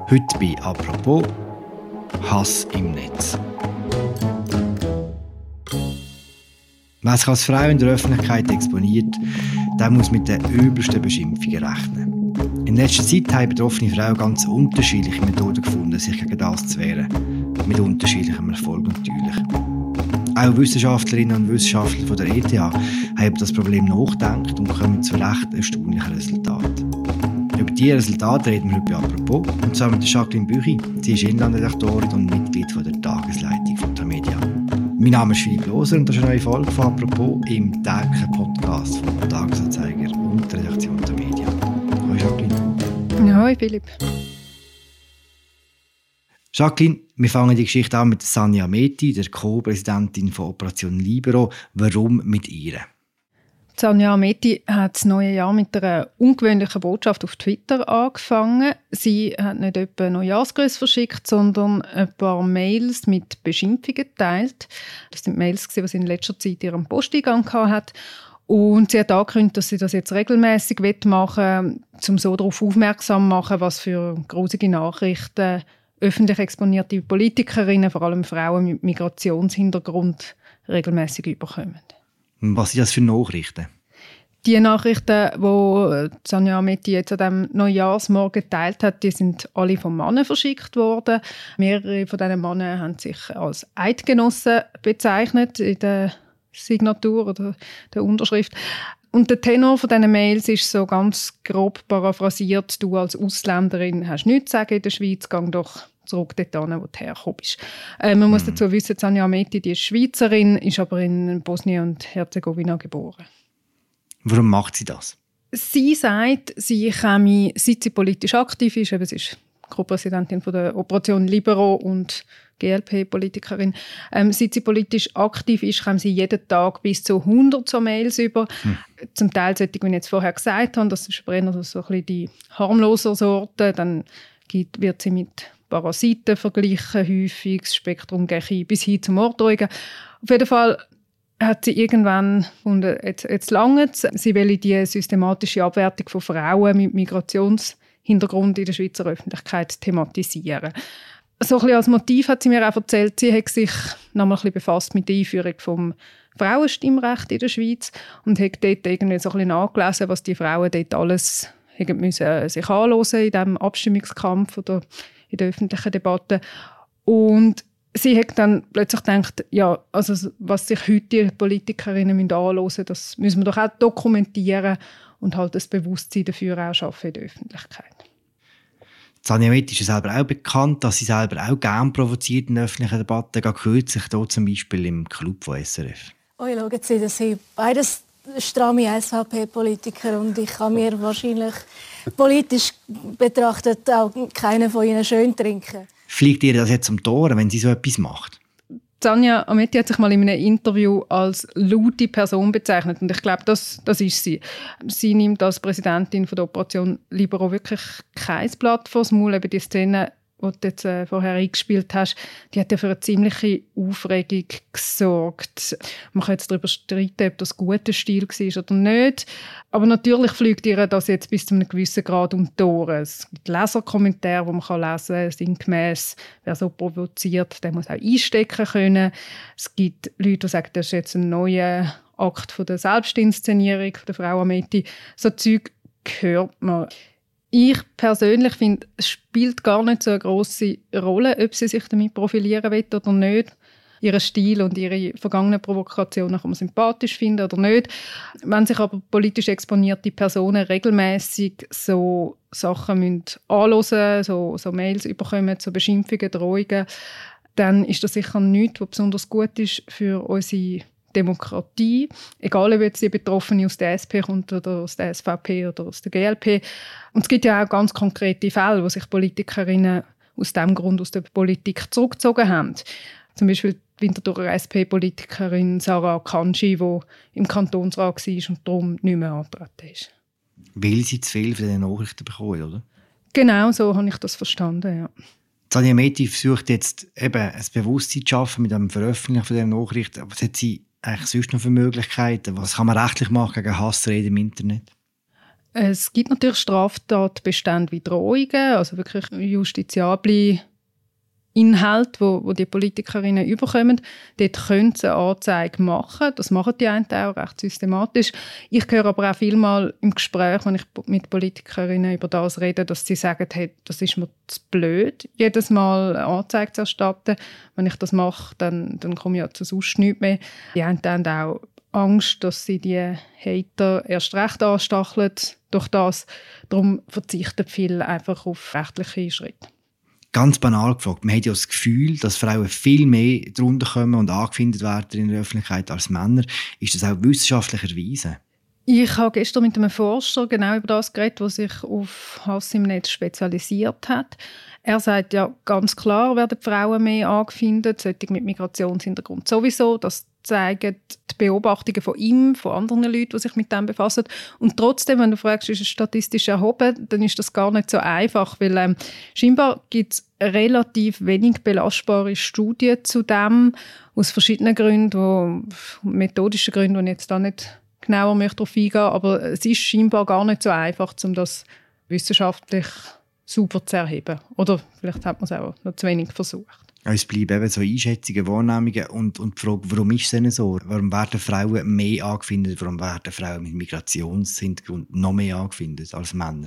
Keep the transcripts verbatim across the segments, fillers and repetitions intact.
Heute bei «Apropos» Hass im Netz. Wer sich als Frau in der Öffentlichkeit exponiert, der muss mit den übelsten Beschimpfungen rechnen. In letzter Zeit haben betroffene Frauen ganz unterschiedliche Methoden gefunden, sich gegen das zu wehren. Mit unterschiedlichem Erfolg natürlich. Auch Wissenschaftlerinnen und Wissenschaftler von der E T H haben über das Problem nachgedacht und kommen zu recht erstaunlichen Resultaten. Über diese Resultate reden wir heute bei «Apropos», und zwar mit der Jacqueline Büchi. Sie ist Inlandredaktorin und Mitglied von der Tagesleitung von Tamedia. Mein Name ist Philipp Loser und das ist eine neue Folge von «Apropos» im täglichen Podcast vom Tagesanzeiger und der Redaktion Tamedia. Hallo Jacqueline. Hallo Philipp. Jacqueline, wir fangen die Geschichte an mit Sanja Ameti, der Co-Präsidentin von Operation Libero. Warum mit ihr? Sanja Ameti hat das neue Jahr mit einer ungewöhnlichen Botschaft auf Twitter angefangen. Sie hat nicht etwa Neujahrsgrüße verschickt, sondern ein paar Mails mit Beschimpfungen geteilt. Das sind Mails, die sie in letzter Zeit in ihrem Posteingang hatte. Und sie hat angekündigt, dass sie das jetzt regelmäßig machen will, um so darauf aufmerksam zu machen, was für grusige Nachrichten öffentlich exponierte Politikerinnen, vor allem Frauen mit Migrationshintergrund, regelmäßig überkommen. Was sind das für Nachrichten? Die Nachrichten, die Sanja Ameti jetzt an diesem Neujahrsmorgen geteilt hat, die sind alle von Männern verschickt worden. Mehrere von diesen Männern haben sich als Eidgenossen bezeichnet in der Signatur oder der Unterschrift. Und der Tenor von diesen Mails ist so ganz grob paraphrasiert: Du als Ausländerin hast nichts zu sagen in der Schweiz, geh doch zurück dorthin, wo du hergekommen bist. Äh, man muss dazu wissen, Sanja Ameti, die ist Schweizerin, ist aber in Bosnien und Herzegowina geboren. Warum macht sie das? Sie sagt, sie käme, seit sie politisch aktiv ist, eben, sie ist Co-Präsidentin von der Operation Libero und G L P-Politikerin, ähm, seit sie politisch aktiv ist, kommen sie jeden Tag bis zu hundert so Mails über. Hm. Zum Teil solche, wie ich jetzt vorher gesagt habe, das ist so ein bisschen die harmloser Sorte. Dann gibt, wird sie mit Parasiten verglichen, häufig das Spektrum geht bis hin zu Morddrohungen. Auf jeden Fall hat sie irgendwann gefunden, jetzt, jetzt lange es. Sie will die systematische Abwertung von Frauen mit Migrationshintergrund in der Schweizer Öffentlichkeit thematisieren. So ein bisschen als Motiv hat sie mir auch erzählt, sie hat sich noch mal ein bisschen befasst mit der Einführung des Frauenstimmrechts in der Schweiz und hat dort irgendwie so ein bisschen nachgelesen, was die Frauen dort alles müssen sich anhören in diesem Abstimmungskampf oder in der öffentlichen Debatte. Und sie hat dann plötzlich gedacht, ja, also was sich heute die Politikerinnen anhören müssen, das müssen wir doch auch dokumentieren und halt das Bewusstsein dafür auch schaffen in der Öffentlichkeit. Sanja Ameti ist ja selber auch bekannt, dass sie selber auch gerne provoziert in öffentlichen Debatten. Gerade kürzlich hier zum Beispiel im Club von S R F. Oh, schauen Sie, das sind beides stramme S V P-Politiker und ich kann mir wahrscheinlich politisch betrachtet auch keinen von ihnen schön trinken. Fliegt ihr das jetzt um die Ohren, wenn sie so etwas macht? Sanja Ameti hat sich mal in einem Interview als laute Person bezeichnet und ich glaube, das, das ist sie. Sie nimmt als Präsidentin von der Operation Libero wirklich kein Blatt vors Maul. Eben die Szene, die du jetzt äh, vorher eingespielt hast, die hat ja für eine ziemliche Aufregung gesorgt. Man kann jetzt darüber streiten, ob das guter Stil war oder nicht. Aber natürlich fliegt ihr das jetzt bis zu einem gewissen Grad um die Ohren. Es gibt Leserkommentare, die man kann lesen kann, sinngemäss. Wer so provoziert, der muss auch einstecken können. Es gibt Leute, die sagen, das ist jetzt ein neuer Akt von der Selbstinszenierung von der Frau Ameti. So Zeug hört man. Ich persönlich finde, es spielt gar nicht so eine grosse Rolle, ob sie sich damit profilieren will oder nicht. Ihren Stil und ihre vergangenen Provokationen kann man sympathisch finden oder nicht. Wenn sich aber politisch exponierte Personen regelmäßig so Sachen müssen anhören, so, so Mails bekommen, so Beschimpfungen, Drohungen, dann ist das sicher nichts, was besonders gut ist für unsere Demokratie, egal ob jetzt die Betroffene aus der S P kommt oder aus der S V P oder aus der G L P. Und es gibt ja auch ganz konkrete Fälle, wo sich Politikerinnen aus diesem Grund aus der Politik zurückgezogen haben. Zum Beispiel die Winterthurer S P-Politikerin Sarah Kanji, die im Kantonsrat war und darum nicht mehr angetreten ist. Weil sie zu viel von den Nachrichten bekommen, oder? Genau, so habe ich das verstanden, ja. Sanja Ameti versucht jetzt eben ein Bewusstsein zu schaffen mit dem Veröffentlichen von dieser Nachrichten. Was hat sie eigentlich sonst noch für Möglichkeiten? Was kann man rechtlich machen gegen Hassrede im Internet? Es gibt natürlich Straftatbestände wie Drohungen, also wirklich justiziable Inhalte, wo, wo die Politikerinnen überkommen. Dort können sie eine Anzeige machen. Das machen die einen auch recht systematisch. Ich höre aber auch vielmal im Gespräch, wenn ich mit Politikerinnen über das rede, dass sie sagen, hey, das ist mir zu blöd, jedes Mal eine Anzeige zu erstatten. Wenn ich das mache, dann, dann komme ich ja zu sonst nichts mehr. Die einen haben auch Angst, dass sie die Hater erst recht anstacheln durch das. Darum verzichten viele einfach auf rechtliche Schritte. Ganz banal gefragt, man hat ja das Gefühl, dass Frauen viel mehr darunter kommen und angefindet werden in der Öffentlichkeit als Männer. Ist das auch wissenschaftlich erwiesen? Ich habe gestern mit einem Forscher genau über das geredet, der sich auf Hass im Netz spezialisiert hat. Er sagt ja ganz klar, werden Frauen mehr angefindet, solche mit Migrationshintergrund sowieso. Das zeigen die Beobachtungen von ihm, von anderen Leuten, die sich mit dem befassen. Und trotzdem, wenn du fragst, ist es statistisch erhoben, dann ist das gar nicht so einfach, weil ähm, scheinbar gibt es relativ wenig belastbare Studien zu dem, aus verschiedenen Gründen, wo, methodischen Gründen, die ich jetzt da nicht genauer möchte darauf eingehen, aber es ist scheinbar gar nicht so einfach, um das wissenschaftlich sauber zu erheben. Oder vielleicht hat man es auch noch zu wenig versucht. Es bleiben eben so Einschätzungen, Wahrnehmungen und, und die Frage, warum ist es denn so? Warum werden Frauen mehr angefindet? Warum werden Frauen mit Migrationshintergrund noch mehr angefindet als Männer?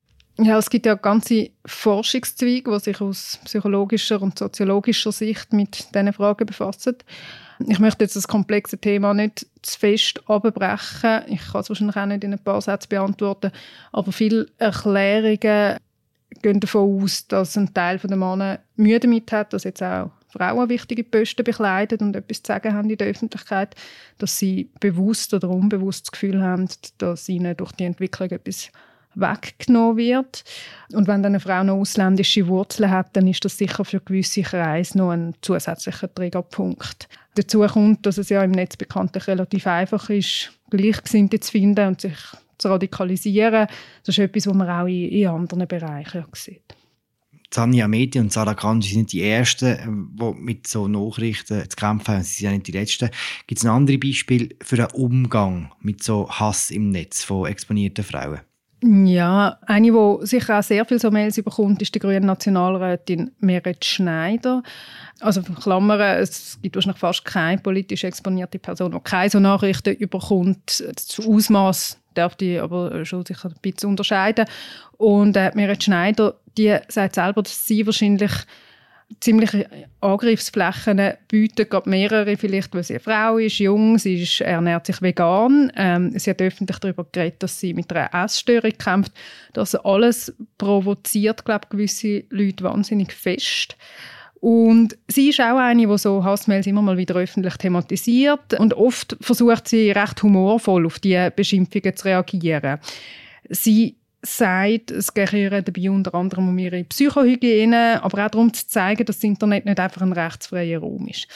Ja, es gibt ja ganze Forschungszweige, die sich aus psychologischer und soziologischer Sicht mit diesen Fragen befassen. Ich möchte jetzt das komplexe Thema nicht zu fest abbrechen. Ich kann es wahrscheinlich auch nicht in ein paar Sätzen beantworten. Aber viele Erklärungen gehen davon aus, dass ein Teil der Männer Mühe damit hat, dass jetzt auch Frauen wichtige Posten bekleiden und etwas zu sagen haben in der Öffentlichkeit, dass sie bewusst oder unbewusst das Gefühl haben, dass ihnen durch die Entwicklung etwas weggenommen wird. Und wenn dann eine Frau noch ausländische Wurzeln hat, dann ist das sicher für gewisse Kreise noch ein zusätzlicher Triggerpunkt. Dazu kommt, dass es ja im Netz bekanntlich relativ einfach ist, Gleichgesinnte zu finden und sich zu radikalisieren. Das ist etwas, was man auch in, in anderen Bereichen sieht. Tanja Ameti und Sarah Kanji sind die Ersten, die mit so Nachrichten zu kämpfen haben. Sie sind ja nicht die Letzten. Gibt es ein anderes Beispiel für einen Umgang mit so Hass im Netz von exponierten Frauen? Ja, eine, die sicher auch sehr viele so Mails bekommt, ist die grüne Nationalrätin Meret Schneider. Also Klammern, es gibt wahrscheinlich fast keine politisch exponierte Person, die keine so Nachrichten bekommt. Das Ausmaß darf die aber schon sich ein bisschen unterscheiden. Und äh, Meret Schneider, die sagt selber, dass sie wahrscheinlich ziemliche Angriffsflächen bietet, gerade mehrere, vielleicht, weil sie eine Frau ist, jung, sie ist, ernährt sich vegan. Ähm, sie hat öffentlich darüber geredet, dass sie mit einer Essstörung kämpft. Das alles provoziert, glaube ich, gewisse Leute wahnsinnig fest. Und sie ist auch eine, die so Hassmails immer mal wieder öffentlich thematisiert. Und oft versucht sie recht humorvoll auf diese Beschimpfungen zu reagieren. Sie sagt, es geht ihr dabei unter anderem um ihre Psychohygiene, aber auch darum zu zeigen, dass das Internet nicht einfach ein rechtsfreier Raum ist.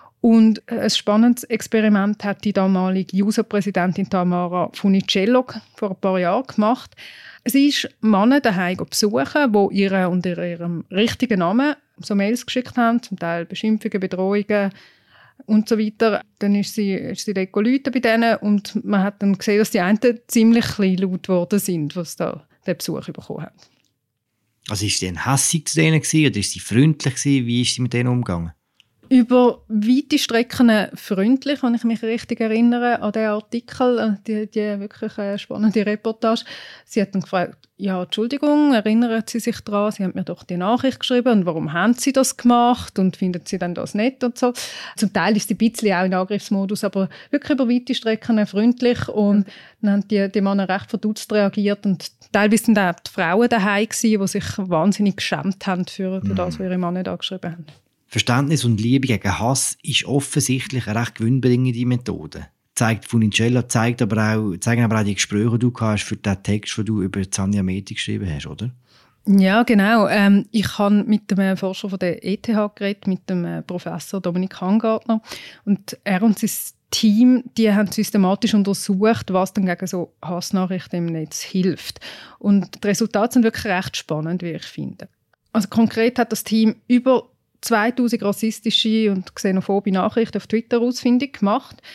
Und ein spannendes Experiment hat die damalige J U S O-Präsidentin Tamara Funicello vor ein paar Jahren gemacht. Sie ist Männer daheim besuchen, die ihr unter ihrem richtigen Namen so Mails geschickt haben, zum Teil Beschimpfungen, Bedrohungen und so weiter. Dann ist sie, ist sie dort geläutet bei denen und man hat dann gesehen, dass die einen ziemlich klein laut geworden sind, was da den Besuch bekommen haben. Also ist sie ein hässig zu denen gewesen, oder ist sie freundlich gewesen? Wie ist sie mit denen umgegangen? Über weite Strecken freundlich, wenn ich mich richtig erinnere an den Artikel, die, die wirklich spannende Reportage. Sie hat dann gefragt, ja, Entschuldigung, erinnern Sie sich daran, Sie haben mir doch die Nachricht geschrieben und warum haben Sie das gemacht und finden Sie denn das nicht und so. Zum Teil ist sie ein bisschen auch in Angriffsmodus, aber wirklich über weite Strecken freundlich und dann haben die, die Männer recht verdutzt reagiert und teilweise sind auch die Frauen daheim gewesen, die sich wahnsinnig geschämt haben für, für das, was ihre Männer da geschrieben haben. Verständnis und Liebe gegen Hass ist offensichtlich eine recht gewinnbringende Methode. Zeigt Funicello, zeigt aber auch, zeigen aber auch die Gespräche, die du hast für den Text, den du über Tanja Ameti geschrieben hast, oder? Ja, genau. Ähm, ich habe mit dem Forscher von der E T H geredet, mit dem Professor Dominik Hangartner. Und er und sein Team, die haben systematisch untersucht, was dann gegen so Hassnachrichten im Netz hilft. Und die Resultate sind wirklich recht spannend, wie ich finde. Also konkret hat das Team über zweitausend rassistische und xenophobe Nachrichten auf Twitter ausfindig gemacht.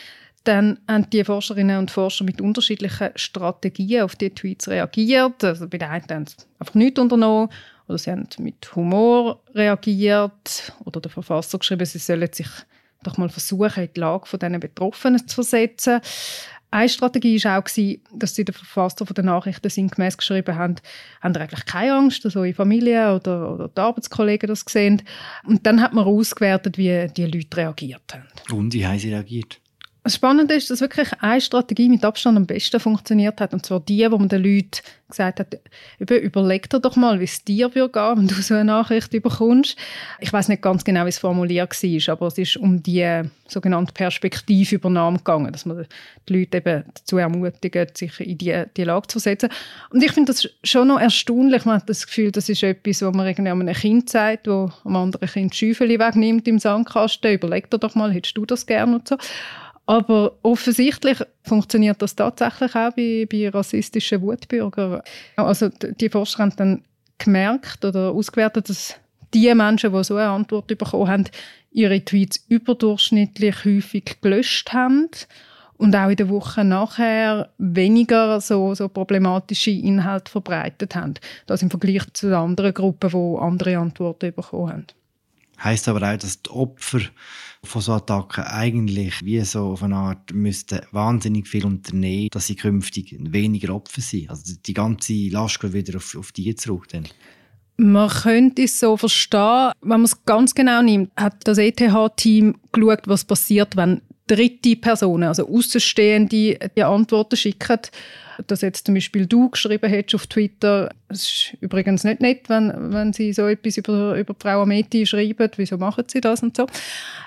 dann haben die Forscherinnen und Forscher mit unterschiedlichen Strategien auf die Tweets reagiert. Also bei den einen haben sie einfach nichts unternommen oder sie haben mit Humor reagiert oder der Verfasser geschrieben, sie sollen sich doch mal versuchen, in die Lage von diesen Betroffenen zu versetzen. Eine Strategie war auch, dass sie den Verfasser der Nachrichten sinngemäß geschrieben haben, haben ihr eigentlich keine Angst, dass eure Familie oder, oder die Arbeitskollegen das sehen. Und dann hat man ausgewertet, wie die Leute reagiert haben. Und wie haben sie reagiert? Das Spannende ist, dass wirklich eine Strategie mit Abstand am besten funktioniert hat. Und zwar die, wo man den Leuten gesagt hat, überleg dir doch mal, wie es dir gehen würde, wenn du so eine Nachricht bekommst. Ich weiss nicht ganz genau, wie es formuliert war, aber es ist um die sogenannte Perspektivübernahme gegangen, dass man die Leute eben dazu ermutigt, sich in die, die Lage zu setzen. Und ich finde das schon noch erstaunlich. Man hat das Gefühl, das ist etwas, was man irgendwie einem Kind sagt, das einem anderen Kind die Schäufeli wegnimmt im Sandkasten. Überleg dir doch mal, hättest du das gerne und so. Aber offensichtlich funktioniert das tatsächlich auch bei, bei rassistischen Wutbürgern. Also die Forscher haben dann gemerkt oder ausgewertet, dass die Menschen, die so eine Antwort bekommen haben, ihre Tweets überdurchschnittlich häufig gelöscht haben und auch in den Wochen nachher weniger so, so problematische Inhalte verbreitet haben. Das im Vergleich zu anderen Gruppen, die andere Antworten bekommen haben. Heisst aber auch, dass die Opfer von so Attacken eigentlich wie so auf eine Art müssten wahnsinnig viel unternehmen, dass sie künftig weniger Opfer sind. Also die ganze Last geht wieder auf, auf die zurück. Dann. Man könnte es so verstehen, wenn man es ganz genau nimmt, hat das E T H-Team geschaut, was passiert, wenn dritte Personen, also Außenstehende, die Antworten schicken. Dass jetzt zum Beispiel du geschrieben hättest auf Twitter, es ist übrigens nicht nett, wenn, wenn sie so etwas über, über Frau Ameti schreiben, wieso machen sie das und so.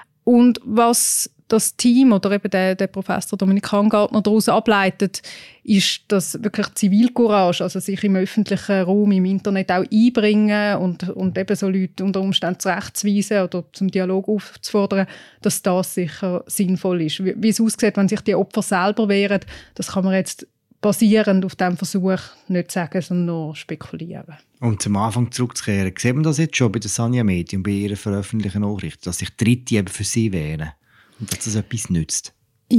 Und was das Team oder eben der, der Professor Dominik Hangartner daraus ableitet, ist, dass wirklich Zivilcourage, also sich im öffentlichen Raum, im Internet auch einbringen und, und eben so Leute unter Umständen zurechtzuweisen oder zum Dialog aufzufordern, dass das sicher sinnvoll ist. Wie, wie es aussieht, wenn sich die Opfer selber wehren, das kann man jetzt basierend auf diesem Versuch nicht sagen, sondern nur spekulieren. Um zum Anfang zurückzukehren, sieht man das jetzt schon bei der Sani Ameti und bei ihren veröffentlichten Nachrichten, dass sich Dritte eben für sie wehren und dass das etwas nützt?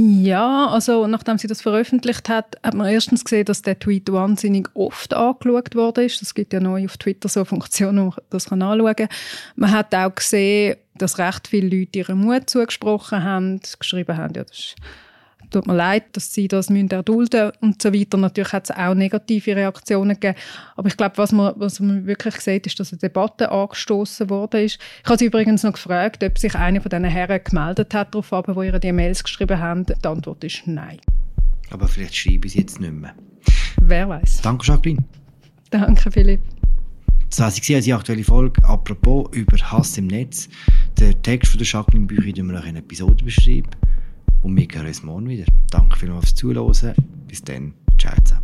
Ja, also nachdem sie das veröffentlicht hat, hat man erstens gesehen, dass der Tweet wahnsinnig oft angeschaut worden ist. Es gibt ja neu auf Twitter so eine Funktion, wo man das anschauen kann. Man hat auch gesehen, dass recht viele Leute ihren Mut zugesprochen haben, geschrieben haben, ja, das ist tut mir leid, dass sie das erdulden müssen und so weiter. Natürlich hat es auch negative Reaktionen gegeben. Aber ich glaube, was man, was man wirklich sieht, ist, dass eine Debatte angestoßen worden ist. Ich habe sie übrigens noch gefragt, ob sich einer von diesen Herren gemeldet hat, darauf, aber wo ihre die Mails geschrieben haben. Die Antwort ist nein. Aber vielleicht schreibe ich sie jetzt nicht mehr. Wer weiß. Danke, Jacqueline. Danke, Philipp. Das war die aktuelle Folge «Apropos» über Hass im Netz. Der Text von der Jacqueline Büchi den wir noch in Episode beschreiben. Und wir hören uns morgen wieder. Danke vielmals fürs Zuhören. Bis dann. Ciao zusammen.